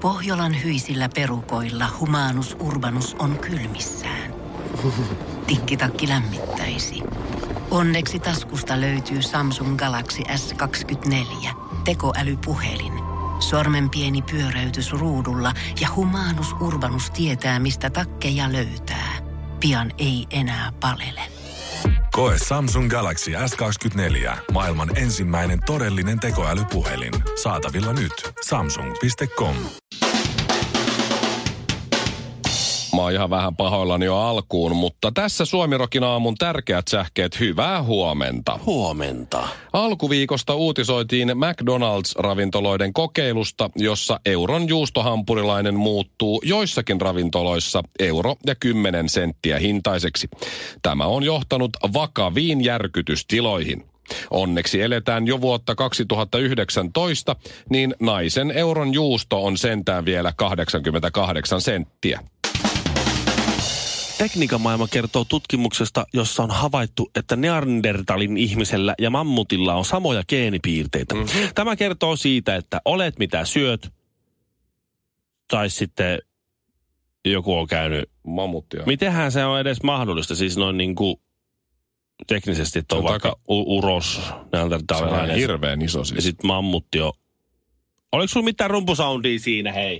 Pohjolan hyisillä perukoilla Humanus Urbanus on kylmissään. Tikkitakki lämmittäisi. Onneksi taskusta löytyy Samsung Galaxy S24. Tekoälypuhelin. Sormen pieni pyöräytys ruudulla ja Humanus Urbanus tietää, mistä takkeja löytää. Pian ei enää palele. Koe Samsung Galaxy S24. Maailman ensimmäinen todellinen tekoälypuhelin. Saatavilla nyt. Samsung.com. Mä oon ihan vähän pahoillani jo alkuun, mutta tässä Suomi-rokin aamun tärkeät sähkeet, hyvää huomenta. Huomenta. Alkuviikosta uutisoitiin McDonald's-ravintoloiden kokeilusta, jossa euron juustohampurilainen muuttuu joissakin ravintoloissa euro ja 10 senttiä hintaiseksi. Tämä on johtanut vakaviin järkytystiloihin. Onneksi eletään jo vuotta 2019, niin naisen euron juusto on sentään vielä 88 senttiä. Tekniikan maailma kertoo tutkimuksesta, jossa on havaittu, että Neandertalin ihmisellä ja mammutilla on samoja geenipiirteitä. Mm-hmm. Tämä kertoo siitä, että olet mitä syöt, tai sitten joku on käynyt mammuttia. Mitenhän se on edes mahdollista, siis noin niin kuin teknisesti, että on vaikka uros neandertalilainen. Se on hirveän iso siis. Ja sitten mammutti on. Oliko sulla mitään rumpusoundia siinä, hei?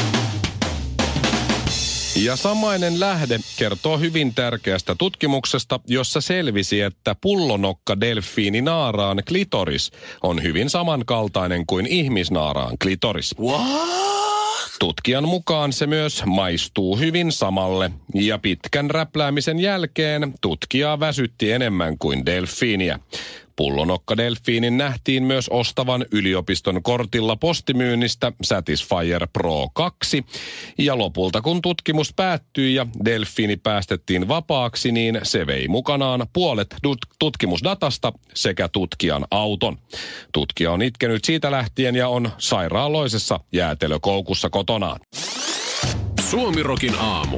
Ja samainen lähde kertoo hyvin tärkeästä tutkimuksesta, jossa selvisi, että pullonokka-delfiininaaraan klitoris on hyvin samankaltainen kuin ihmisnaaraan klitoris. What? Tutkijan mukaan se myös maistuu hyvin samalle, ja pitkän räpläämisen jälkeen tutkijaa väsytti enemmän kuin delfiiniä. Pullonokka-delfiinin nähtiin myös ostavan yliopiston kortilla postimyynnistä Satisfyer Pro 2. Ja lopulta kun tutkimus päättyi ja delfiini päästettiin vapaaksi, niin se vei mukanaan puolet tutkimusdatasta sekä tutkijan auton. Tutkija on itkenyt siitä lähtien ja on sairaaloisessa jäätelökoukussa kotonaan. Suomi-rokin aamu.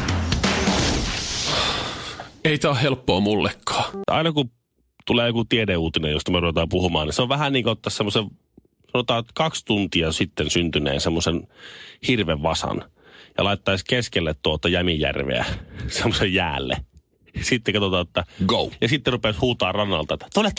Ei tää ole helppoa mullekaan. Aina kun tulee joku tiedeuutinen, josta me ruvetaan puhumaan, niin se on vähän niin kuin ottaa semmoisen, sanotaan 2 tuntia sitten syntyneen semmoisen hirvenvasan ja laittaisi keskelle Jämijärveä semmoisen jäälle. Sitten katsotaan, että go. Ja sitten rupeaisi huutaa rannalta, että tule.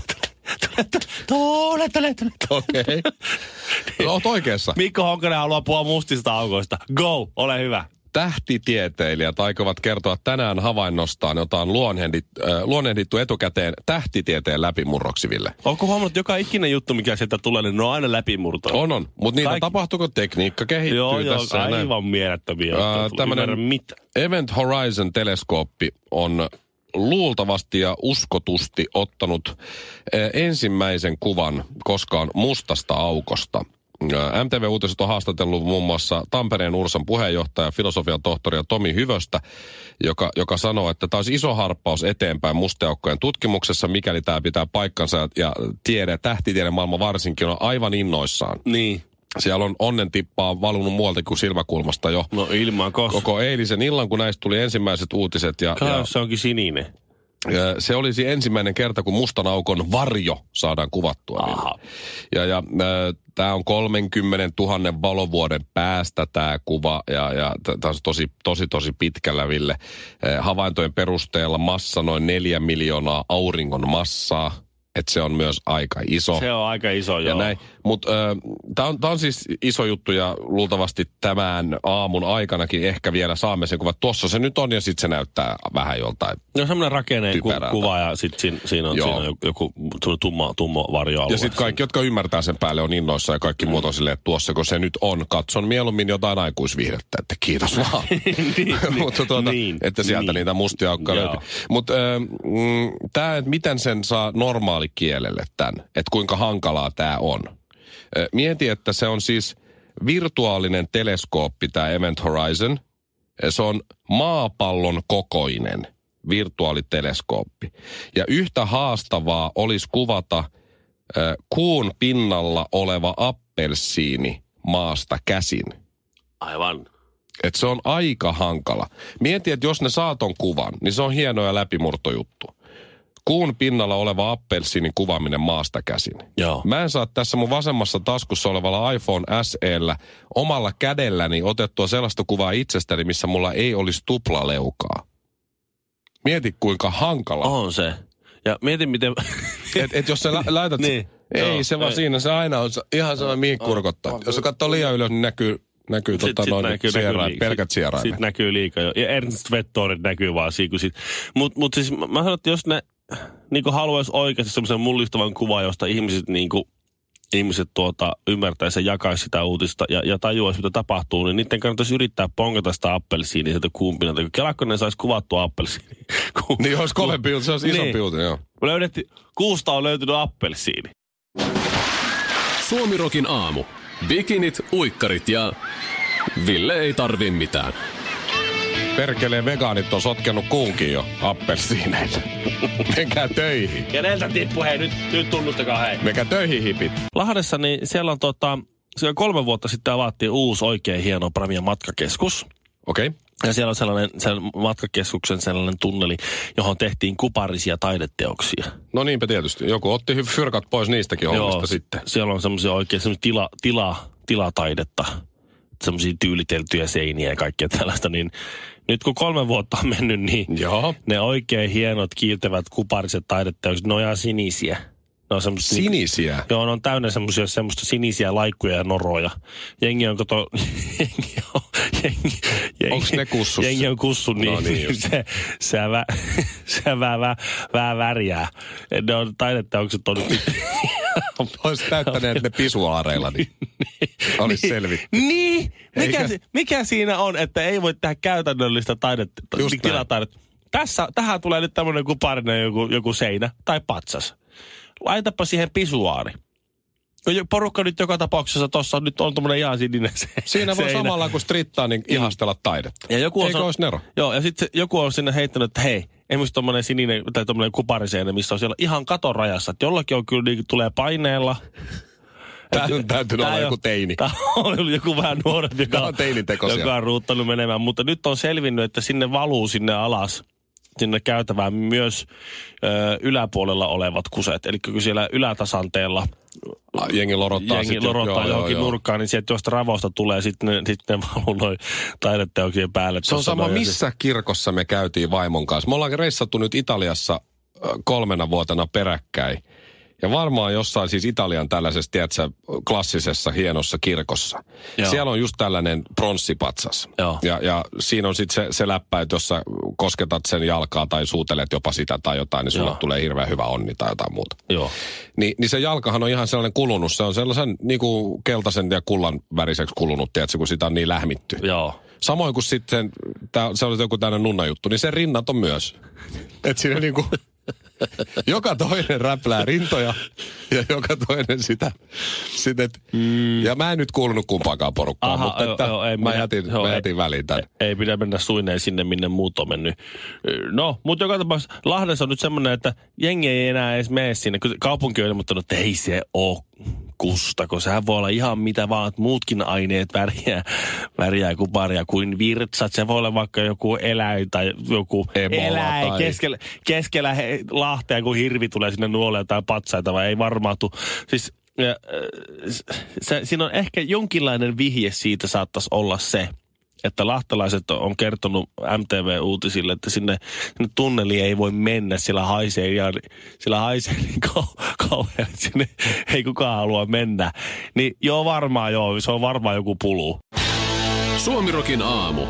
Okei. Oot oikeassa. Mikko Honkanen haluaa puhua mustista aukoista. Go, ole hyvä. Tähtitieteilijät aikovat kertoa tänään havainnostaan, jota on luonnehdittu etukäteen tähtitieteen läpimurroksiville. Onko huomannut, että joka ikinen juttu, mikä sieltä tulee, niin ne on aina läpimurtoja? On. Mutta niitä tapahtuuko tekniikka kehittyy tässä? Joo, aivan mielettömiä. Tämmöinen Event Horizon-teleskooppi on luultavasti ja uskotusti ottanut ensimmäisen kuvan koskaan mustasta aukosta. MTV-uutiset on haastatellut muun muassa Tampereen Ursan puheenjohtaja, filosofian tohtoria Tomi Hyvöstä, joka sanoo, että tämä olisi iso harppaus eteenpäin musteaukkojen tutkimuksessa, mikäli tämä pitää paikkansa ja tähtitiede maailma varsinkin on aivan innoissaan. Niin. Siellä on onnentippaa valunut muualta kuin silmäkulmasta jo. No ilman koko eilisen illan, kun näistä tuli ensimmäiset uutiset. Ja se onkin sininen. Se olisi ensimmäinen kerta, kun mustan aukon varjo saadaan kuvattua. Ja tämä on 30 000 valovuoden päästä tämä kuva, ja tämä on tosi pitkällä, Ville. Havaintojen perusteella massa noin 4 miljoonaa auringon massaa. Että se on myös aika iso. Se on aika iso, joo. Mutta tämä on siis iso juttu ja luultavasti tämän aamun aikanakin ehkä vielä saamme sen kuvan. Tuossa se nyt on ja sitten se näyttää vähän joltain. No semmoinen rakenneen kuva ja sitten siinä on joku tumma varjoalue. Ja sitten kaikki, jotka ymmärtää sen päälle, on innoissa ja kaikki muut on silleen, että tuossa kun se nyt on, katson mieluummin jotain aikuisviihdettä, että kiitos vaan. Että sieltä niitä mustia aukkoja löytyy. Mutta tämä, että miten sen saa normaalikielelle tämän, että kuinka hankalaa tämä on. Mieti, että se on siis virtuaalinen teleskooppi, tämä Event Horizon. Se on maapallon kokoinen virtuaaliteleskooppi. Ja yhtä haastavaa olisi kuvata kuun pinnalla oleva appelsiini maasta käsin. Aivan. Että se on aika hankala. Mieti, että jos ne saa ton kuvan, niin se on hieno ja läpimurtojuttu. Kuun pinnalla oleva appelsiinin kuvaaminen maasta käsin. Joo. Mä en saa tässä mun vasemmassa taskussa olevalla iPhone SE:llä omalla kädelläni otettua sellaista kuvaa itsestäni, missä mulla ei olisi tuplaleukaa. Mieti kuinka hankala. On se. Ja mieti miten... Et jos sä laitat... niin. Ei se vaan siinä, se aina on ihan sama mihin kurkottaa. Jos sä katsoo liian ylös, niin näkyy pelkät sieraimet. Sitten näkyy liikaa jo. Ja Ernst Vettorit näkyy vaan siinä. Mutta siis mä sanon, että jos ne niinku haluaisi oikeasti semmoisen mullistavan kuvan, josta ihmiset ymmärtäisi ja jakaisi sitä uutista ja tajuaisi, mitä tapahtuu, niin niiden kannattaisi yrittää pongata sitä appelsiiniä sieltä kuumpinalta. Kelakko ne saisi kuvattua appelsiiniä. Niin olisi kovempi uutinen, se olisi isompi uutinen, joo. Kuusta on löytynyt appelsiini. Suomirokin aamu. Bikinit, uikkarit ja Ville ei tarvi mitään. Perkeleen vegaanit on sotkenut kuunkin jo appelsiineille. Menkää töihin. Keneltä tippu, hei, nyt tunnustakaa, hei. Menkää töihin, hipit. Lahdessa, niin siellä on siellä 3 vuotta sitten avattiin uusi oikein hieno Pravia matkakeskus. Okei. Okay. Ja siellä on sellainen matkakeskuksen sellainen tunneli, johon tehtiin kuparisia taideteoksia. No niinpä tietysti. Joku otti fyrkat pois niistäkin hommista sitten. Siellä on semmoisia oikein tilataidetta. Semmoisia tyyliteltyjä seiniä ja kaikkea tällaista, niin nyt kun 3 vuotta on mennyt, niin ne oikein hienot kiiltävät kupariset taideteokset, ne on ihan sinisiä. Ne on sinisiä? Ne on täynnä semmoista sinisiä laikkuja ja noroja. Jengi on onko ne kussussa? Jengi on kussu, niin, se vähän värjää. Ne on taideteokset on nyt... Olisi täyttäneet ne pisuaareilla, niin olisi selvitty. Niin! Mikä siinä on, että ei voi tehdä käytännöllistä tilataidetta? Tähän tulee nyt tämmöinen kuparinen joku seinä tai patsas. Laitapa siihen pisuaari. Porukka nyt joka tapauksessa tuossa nyt on tommoinen ihan sininen siinä voi samalla kun strittaa, niin ihastella taidetta. Ja joku eikö olisi nero? Joo, ja sitten joku on sinne heittänyt, että hei, esimerkiksi tommoinen sininen tai tommoinen kupariseinä, missä on siellä ihan katon rajassa. Että jollakin on kyllä niin, tulee paineella. Tämä on täytynyt olla joku teini. Tämä on joku vähän nuorempi, joka on ruuttanut menemään. Mutta nyt on selvinnyt, että sinne valuu sinne alas. Sinne käytävään myös yläpuolella olevat kuset. Eli kun siellä ylätasanteella jengi lorottaa johonkin nurkkaan, niin sieltä tuosta ravosta tulee sitten ne valuu noin taideteoksien päälle. Se on sama, missä kirkossa me käytiin vaimon kanssa. Me ollaan reissattu nyt Italiassa 3 vuotena peräkkäin. Ja varmaan jossain siis Italian tällaisessa, tiedätkö, klassisessa hienossa kirkossa. Joo. Siellä on just tällainen pronssipatsas. Ja siinä on sitten se läppä, että jos sä kosketat sen jalkaa tai suutelet jopa sitä tai jotain, niin sulle tulee hirveän hyvä onni tai jotain muuta. Joo. Niin se jalkahan on ihan sellainen kulunut. Se on sellaisen niin kuin keltaisen ja kullan väriseksi kulunut, tiedätkö, kun sitä on niin lähmitty. Joo. Samoin kuin sitten, se on joku tämmöinen nunnajuttu, niin se rinnat on myös. Että siinä niinku... joka toinen räplää rintoja ja joka toinen sitä. Ja mä en nyt kuulunut kumpaakaan porukkaan, mutta mä jätin väliin tämän. Ei pidä mennä suineen sinne, minne muut on mennyt. No, mutta joka tapauksessa Lahdessa on nyt semmoinen, että jengi ei enää edes mene sinne. Kaupunki on ilmoittanut, että ei se ole kusta, kun sehän voi olla ihan mitä vaan, että muutkin aineet värjää kuparia kuin virtsat. Se voi olla vaikka joku eläin tai joku eläin tai... keskellä Lahtea, kun hirvi tulee sinne nuoleen tai patsaita, vai ei varmaan tule. Siis siinä on ehkä jonkinlainen vihje siitä saattaisi olla se, että lahtelaiset on kertonut MTV-uutisille, että sinne tunneliin ei voi mennä, sillä haisee niin kauhean, että sinne ei kukaan halua mennä. Niin se on varmaan joku pulu. Suomirokin aamu.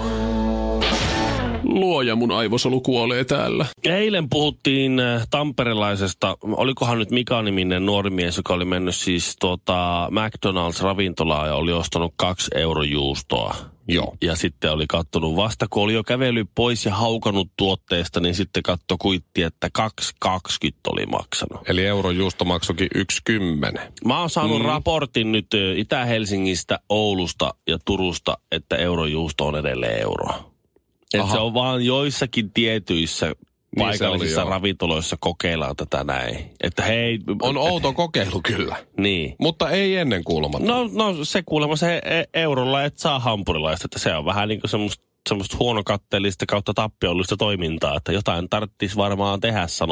Luoja, mun aivosolu kuolee täällä. Eilen puhuttiin tamperelaisesta, olikohan nyt Mika-niminen nuori mies, joka oli mennyt siis McDonald's-ravintolaan ja oli ostanut 2 eurojuustoa. Joo. Ja sitten oli kattonut vasta, kun oli jo kävellyt pois ja haukannut tuotteesta, niin sitten katto kuitti, että 2,20 oli maksanut. Eli eurojuusto maksoikin 1,10. Mä oon saanut raportin nyt Itä-Helsingistä, Oulusta ja Turusta, että eurojuusto on edelleen euroa. Että se on vaan joissakin tietyissä paikallisissa ravintoloissa kokeillaan tätä näin. Että hei... On outo kokeilu kyllä. Niin. Mutta ei ennen kuulumatta. No se kuulemma se eurolla et saa hampurilaista. Että se on vähän niin kuin semmoista huonokatteellista kautta tappiollista toimintaa. Että jotain tarvitsisi varmaan tehdä, sanoisi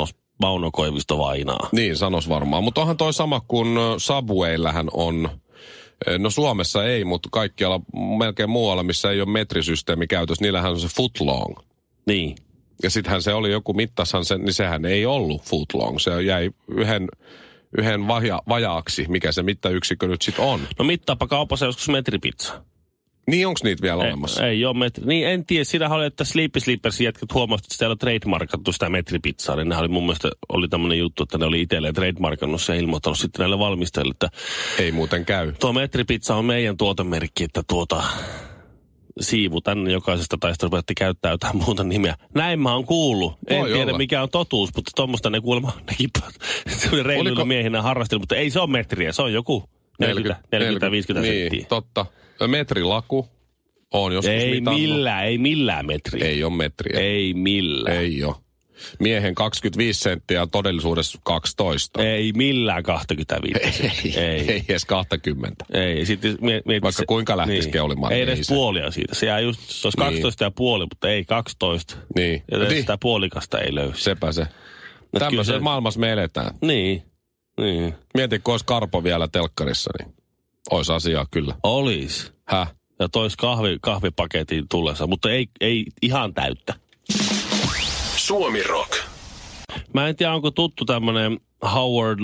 Mauno Koivisto vainaa. Niin, sanos varmaan. Mutta onhan toi sama kuin Subwayllähän on, no Suomessa ei, mutta kaikkialla melkein muualla, missä ei ole metrisysteemi käytössä, niillähän on se footlong. Niin. Ja sittenhän se oli joku mittashan sen, niin sehän ei ollut footlong. Se jäi yhden vajaaksi, mikä se mittayksikkö nyt sitten on. No mittaapa kaupassa joskus metripizza. Niin, onko niitä vielä olemassa? Ei ole metri. Niin, en tiedä. Siinähän oli, että Sleepy Sleepersin jätkät huomasivat, että sitä ei ole trademarkattu sitä metripizzaa. Niin oli mun mielestä oli tämmöinen juttu, että ne oli itselleen trademarkannut ja ilmoittanut sitten näille valmistajille, että ei muuten käy. Tuo metripizza on meidän tuotemerkki, että siivu tänne jokaisesta taista rupeatti käyttää jotain muuta nimeä. Näin mä oon kuullut. En tiedä mikä on totuus, mutta tuommoista ne kuulemma nekin reiluilla miehinä harrasteli, mutta ei se ole metriä, se on joku 40-50 niin, senttiä. Totta. Metrilaku on joskus ei millään metriä. Ei ole metriä. Ei millään. Ei ole. Miehen 25 senttiä on todellisuudessa 12. Ei millään 25. Ei edes 20. Ei. Sitten vaikka kuinka lähtisikin olemaan. Ei edes puolia siitä. Se olisi 12 ja puoli, mutta ei 12. Niin. Ja sitä puolikasta ei löydy. Sepä se. Tämmöisessä maailmassa me eletään. Niin. Mieti, kun olisi Karpo vielä telkkarissa, niin olisi asiaa kyllä. Olis. Häh? Ja tois kahvipaketin tullessa, mutta ei ihan täyttä. Suomi Rock. Mä en tiedä, onko tuttu tämmönen Howard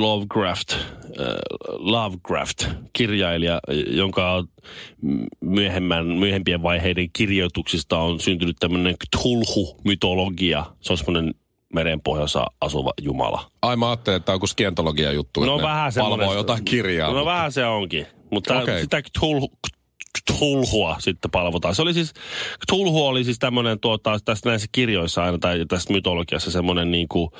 Lovecraft, kirjailija, jonka myöhempien vaiheiden kirjoituksista on syntynyt tämmönen Cthulhu-mytologia. Se on semmoinen merenpohjassa asuva jumala. Ai mä ajattelin, että on kuin skientologia juttu, no, että vähän palvoo jotain kirjaa. No vähän se onkin, mutta sitä Cthulhua sitten palvotaan. Se oli siis, Cthulhu oli siis tämmöinen tästä näissä kirjoissa aina, tai tästä mytologiassa semmoinen niinku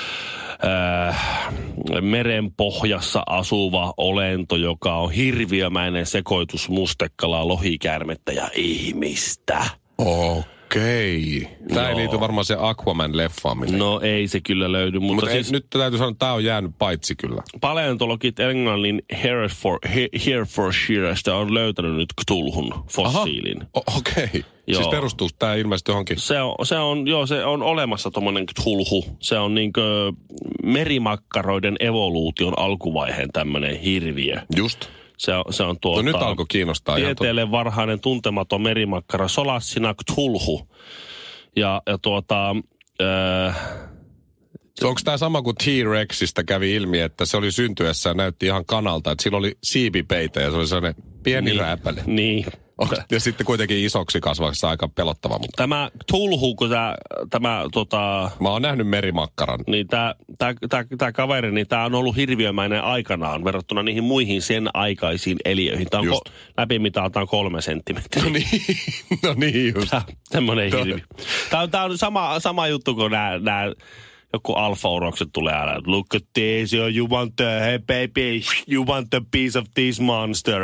merenpohjassa asuva olento, joka on hirviömäinen sekoitus mustekalaa, lohikäärmettä ja ihmistä. Okei. Tämä ei liity varmaan se Aquaman-leffaan. No ei se kyllä löydy. Mutta siis, nyt täytyy sanoa, että tämä on jäänyt paitsi kyllä. Paleontologit Englannin Herefordshiresta on löytänyt nyt Cthulhun fossiilin. Okei. Siis perustuu tämä ilmeisesti johonkin? Se on olemassa tommonen Cthulhu. Se on niinkö merimakkaroiden evoluution alkuvaiheen tämmönen hirviö. Just. Se on no nyt alkoi kiinnostaa. Tieteelle varhainen tuntematon merimakkara Solassina Cthulhu. Onko tämä sama kuin T-Rexistä kävi ilmi, että se oli syntyessään näytti ihan kanalta, että sillä oli siipipeitä ja se oli sellainen pieni rääpäle. Niin. Ja sitten kuitenkin isoksi kasvaksi aika pelottava. Mutta tämä Cthulhu, kun mä oon nähnyt merimakkaran. Niin tämä kaveri, niin tämä on ollut hirviömäinen aikanaan verrattuna niihin muihin sen aikaisiin eliöihin. Tämä on läpimitaltaan 3 senttimetriä. No niin just. Tämmöinen hirviö. Tämä on sama juttu kuin nämä joku alfa-urokset tulee aina. Look at this, you want hey baby, you want a piece of this monster,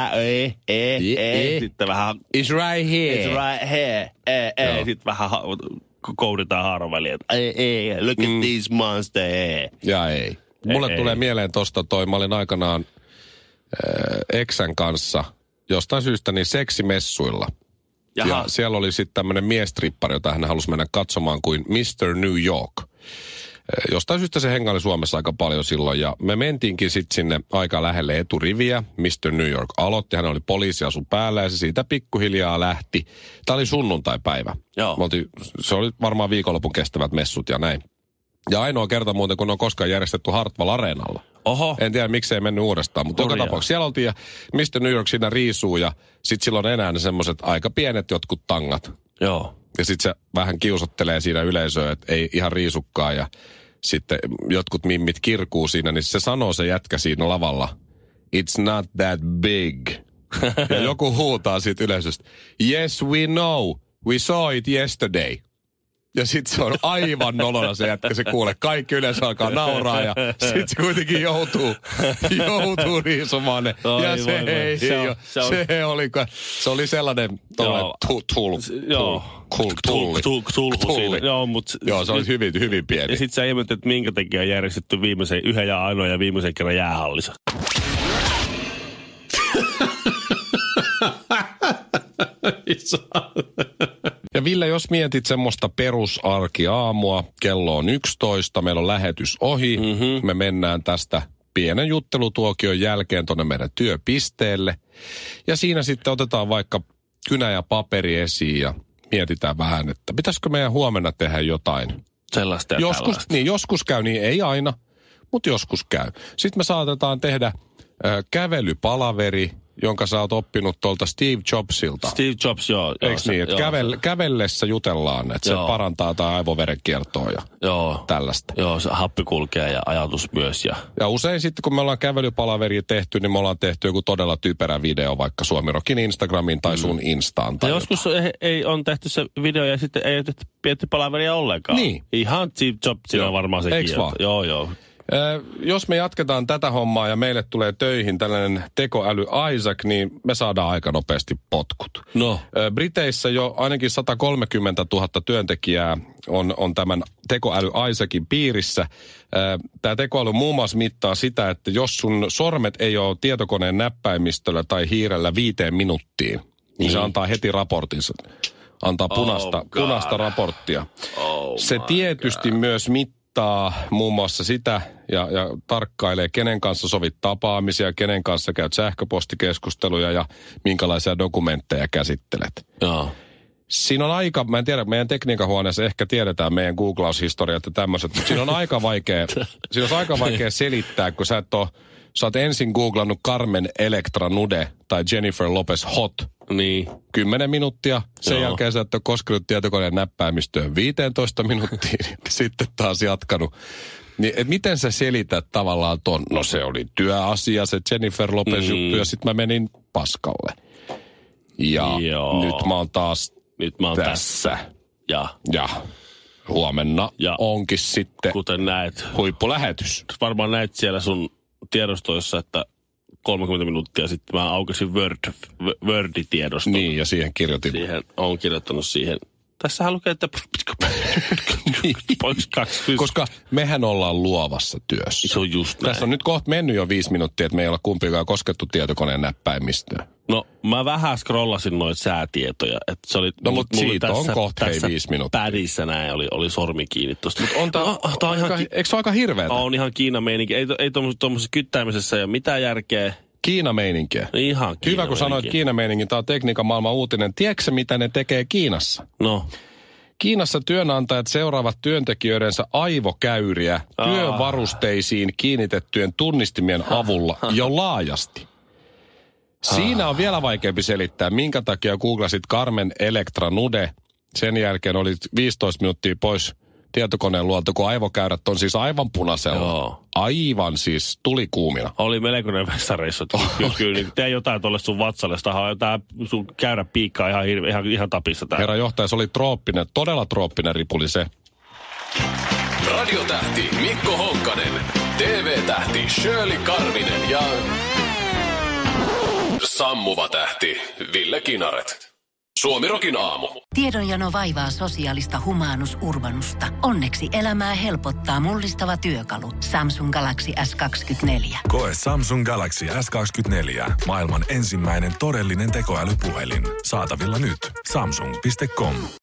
Sitten vähän... It's right here. It's right here. Sitten vähän kouditaan haaron että look at this monster, Ja ei. Mulle tulee mieleen tosta mä olin aikanaan eksän kanssa jostain syystä niin seksimessuilla. Jaha. Ja siellä oli sitten tämmöinen miestrippari, jota hän halusi mennä katsomaan kuin Mr. New York. Jostain syystä se hengaili Suomessa aika paljon silloin ja me mentiinkin sitten sinne aika lähelle eturiviä. Mr. New York aloitti, hän oli poliisiasu päällä ja se siitä pikkuhiljaa lähti. Tämä oli sunnuntaipäivä. Se oli varmaan viikonlopun kestävät messut ja näin. Ja ainoa kerta muuten, kun on koskaan järjestetty Hartwall Areenalla. Oho. En tiedä, miksei mennyt uudestaan, mutta joka tapauksessa siellä oltiin ja Mr. New York siinä riisuu ja sitten silloin enää ne semmoiset aika pienet jotkut tangat. Joo. Ja sitten se vähän kiusottelee siinä yleisöä, että ei ihan riisukkaan ja sitten jotkut mimmit kirkuu siinä, niin se sanoo se jätkä siinä lavalla, it's not that big. Ja joku huutaa siitä yleisöstä, yes we know, we saw it yesterday. Ja sit se on aivan nolona se jätkä, se kuulee. Kaikki yleensä alkaa nauraa ja sit se kuitenkin joutuu riisumaan ne. Ja se oli sellainen tulli. Joo, se oli hyvin pieni. Ja sit sä ilmoitit, että minkä takia on järjestetty yhden ja ainoa ja viimeisen kerran jäähallissa. Ja Ville, jos mietit semmoista perusarkiaamua, kello on 11, meillä on lähetys ohi, me mennään tästä pienen juttelutuokion jälkeen tuonne meidän työpisteelle. Ja siinä sitten otetaan vaikka kynä ja paperi esiin ja mietitään vähän, että pitäisikö meidän huomenna tehdä jotain. Sellaista ja joskus käy, niin ei aina, mutta joskus käy. Sitten me saatetaan tehdä kävelypalaveri, jonka sä oot oppinut tuolta Steve Jobsilta. Steve Jobs, joo. Eikö niin, että kävellessä jutellaan, että se parantaa tämä aivoverenkiertoa ja tällaista. Joo, se happi kulkee ja ajatus myös. Ja usein sitten, kun me ollaan kävelypalaveria tehty, niin me ollaan tehty joku todella typerä video, vaikka Suomirokin Instagramiin tai sun Instaan. Tai joskus ei on tehty se video ja sitten ei ole tehty pietty palaveria ollenkaan. Niin. Ihan Steve Jobsina on varmaan se kielto. Joo. Jos me jatketaan tätä hommaa ja meille tulee töihin tällainen tekoäly Isaac, niin me saadaan aika nopeasti potkut. No. Briteissä jo ainakin 130 000 työntekijää on tämän tekoäly Isaacin piirissä. Tämä tekoäly muun muassa mittaa sitä, että jos sun sormet ei ole tietokoneen näppäimistöllä tai hiirellä 5 minuuttiin, niin se antaa heti raportinsa. Antaa punaista raporttia. Se tietysti myös mittaa muun muassa sitä ja tarkkailee, kenen kanssa sovit tapaamisia, kenen kanssa käyt sähköpostikeskusteluja ja minkälaisia dokumentteja käsittelet. Joo. Siinä on aika, mä en tiedä, meidän tekniikan huoneessa ehkä tiedetään meidän googlaushistoriat ja tämmöiset, mutta siinä on aika vaikea selittää, kun sä oot ensin googlannut Carmen Electra Nude tai Jennifer Lopez Hot. Niin. 10 minuuttia. Sen jälkeen sä et ole koskenut tietokoneen näppäimistöön 15 minuuttia. Sitten taas jatkanut. Niin, et miten sä selität tavallaan ton? No se oli työasia, se Jennifer Lopez juttu, ja sitten mä menin paskalle. Ja nyt mä oon taas tässä. Ja huomenna onkin sitten kuten näet, huippulähetys. Varmaan näet siellä sun tiedostoissa, että 30 minuuttia sitten mä aukasin Word-tiedoston. Niin, ja siihen kirjoitin. Olen kirjoittanut siihen. Tässähän lukee, että koska mehän ollaan luovassa työssä. Se on just näin. Tässä on nyt kohta mennyt jo 5 minuuttia, että me ei olla kumpikaan koskettu tietokoneen näppäimistöön. No, mä vähän scrollasin noita säätietoja. Että se oli, no, mutta siitä on kohta 5 minuuttia. Pädissä näin oli sormi kiinni tuosta. Mutta eikö se ole aika hirveätä? On ihan Kiina-meininki. Ei tuommoisessa kyttäämisessä ei ole mitään järkeä. Kiina-meininkiä. Ihan hyvä, kun sanoit Kiina-meininkin. Tämä on tekniikan maailman uutinen. Tiedätkö mitä ne tekee Kiinassa? No. Kiinassa työnantajat seuraavat työntekijöidensä aivokäyriä työvarusteisiin kiinnitettyjen tunnistimien avulla jo laajasti. Siinä on vielä vaikeampi selittää, minkä takia googlasit Carmen Electra Nude. Sen jälkeen olit 15 minuuttia pois tietokoneen luolta, kun aivokäyrät on siis aivan punaisella. Joo. Aivan siis tuli kuumina. Oli melkoinen vessareissa. Kyllä, niin tee jotain tuolle sun vatsalle. Tää sun käyrä piikkaa ihan tapissa täällä. Herra johtaja, se oli todella trooppinen ripuli se. Radiotähti Mikko Honkanen, TV-tähti Shirley Karvinen ja sammuva tähti Ville Kinaret. Suomirokin aamu. Tiedonjano vaivaa sosiaalista humanus urbanusta. Onneksi elämää helpottaa mullistava työkalu. Samsung Galaxy S24. Koe Samsung Galaxy S24. Maailman ensimmäinen todellinen tekoälypuhelin. Saatavilla nyt. Samsung.com.